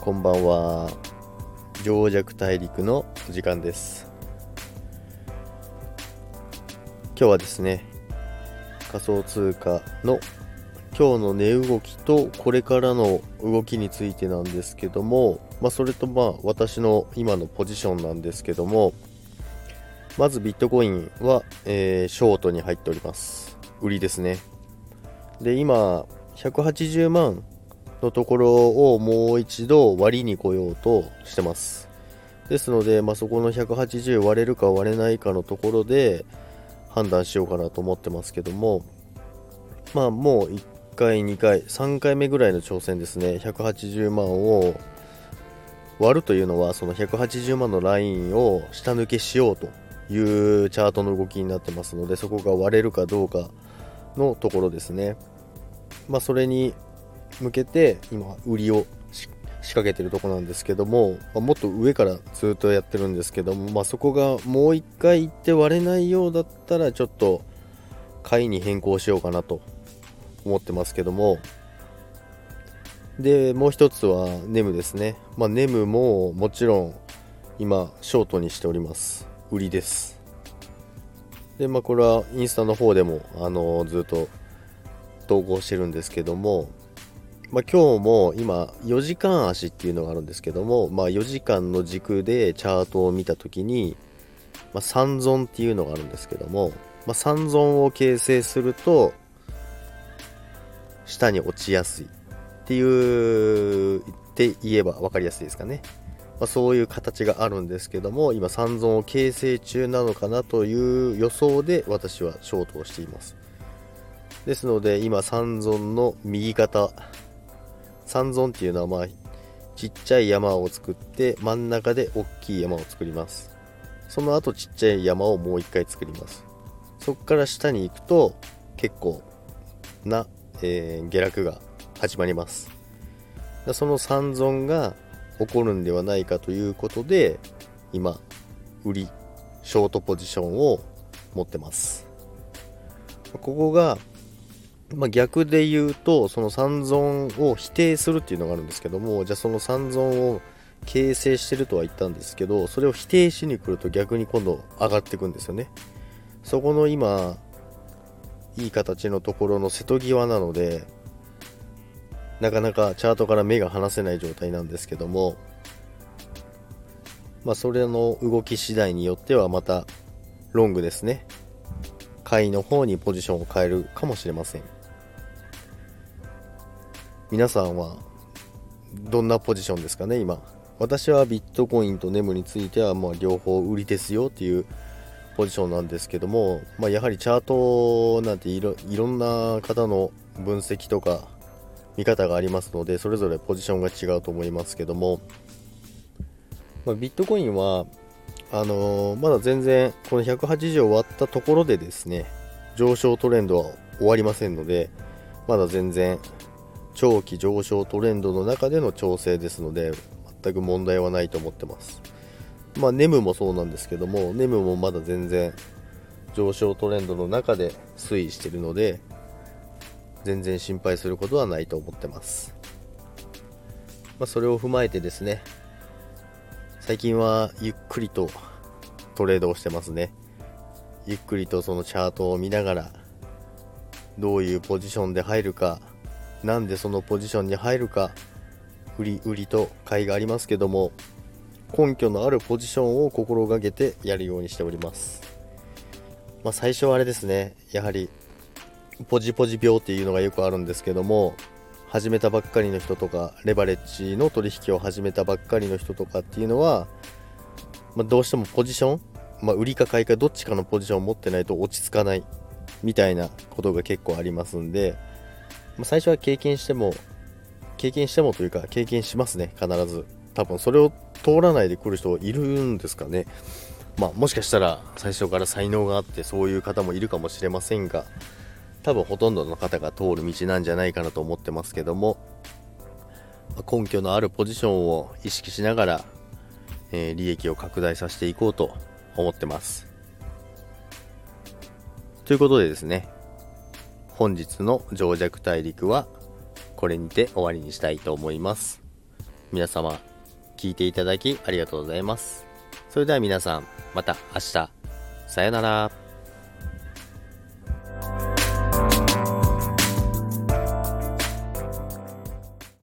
こんばんは。情弱大陸の時間です。今日はですね、仮想通貨の今日の値動きとこれからの動きについてなんですけども、それと私の今のポジションなんですけども、まずビットコインは、ショートに入っております。売りですね。で、今180万のところをもう一度割りに来ようとしてます。ですので、そこの180割れるか割れないかのところで判断しようかなと思ってますけども、もう1回2回3回目ぐらいの挑戦ですね。180万を割るというのは、その180万のラインを下抜けしようというチャートの動きになってますので、そこが割れるかどうかのところですね。それに向けて今売りを仕掛けてるところなんですけども、もっと上からずっとやってるんですけども、そこがもう一回いって割れないようだったらちょっと買いに変更しようかなと思ってますけども、でもう一つはネムですね。ネムももちろん今ショートにしております。売りです。でこれはインスタの方でもずっと投稿してるんですけども、今日も今4時間足っていうのがあるんですけども、4時間の軸でチャートを見たときに、三尊っていうのがあるんですけども、三尊を形成すると下に落ちやすいっていうって言えば分かりやすいですかね。そういう形があるんですけども、今三尊を形成中なのかなという予想で私はショートをしています。ですので今三尊の右肩、三尊っていうのはちっちゃい山を作って真ん中で大きい山を作ります。その後ちっちゃい山をもう一回作ります。そこから下に行くと結構な、下落が始まります。その三尊が起こるんではないかということで、今売りショートポジションを持ってます。ここが逆で言うと、その三尊を否定するっていうのがあるんですけども、じゃあその三尊を形成してるとは言ったんですけど、それを否定しに来ると逆に今度上がっていくんですよね。そこの今いい形のところの瀬戸際なので、なかなかチャートから目が離せない状態なんですけども、それの動き次第によってはまたロングですね、買いの方にポジションを変えるかもしれません。皆さんはどんなポジションですかね。今私はビットコインとネムについては両方売りですよっていうポジションなんですけども、やはりチャートなんていろんな方の分析とか見方がありますので、それぞれポジションが違うと思いますけども、ビットコインはまだ全然この180を割ったところでですね、上昇トレンドは終わりませんので、まだ全然長期上昇トレンドの中での調整ですので、全く問題はないと思ってます。ネムもそうなんですけども、ネムもまだ全然上昇トレンドの中で推移しているので、全然心配することはないと思ってます。それを踏まえてですね、最近はゆっくりとトレードをしてますね。ゆっくりとそのチャートを見ながら、どういうポジションで入るか、なんでそのポジションに入るか、売りと買いがありますけども、根拠のあるポジションを心がけてやるようにしております。最初はあれですね、やはりポジ病っていうのがよくあるんですけども、始めたばっかりの人とか、レバレッジの取引を始めたばっかりの人とかっていうのは、どうしてもポジション、売りか買いかどっちかのポジションを持ってないと落ち着かないみたいなことが結構ありますんで、最初は経験してもというか経験しますね、必ず。多分それを通らないで来る人いるんですかね。もしかしたら最初から才能があってそういう方もいるかもしれませんが、多分ほとんどの方が通る道なんじゃないかなと思ってますけども、根拠のあるポジションを意識しながら、利益を拡大させていこうと思ってます。ということでですね、本日の情弱大陸はこれにて終わりにしたいと思います。 皆様聞いていただきありがとうございます。それでは皆さんまた明日、さよなら。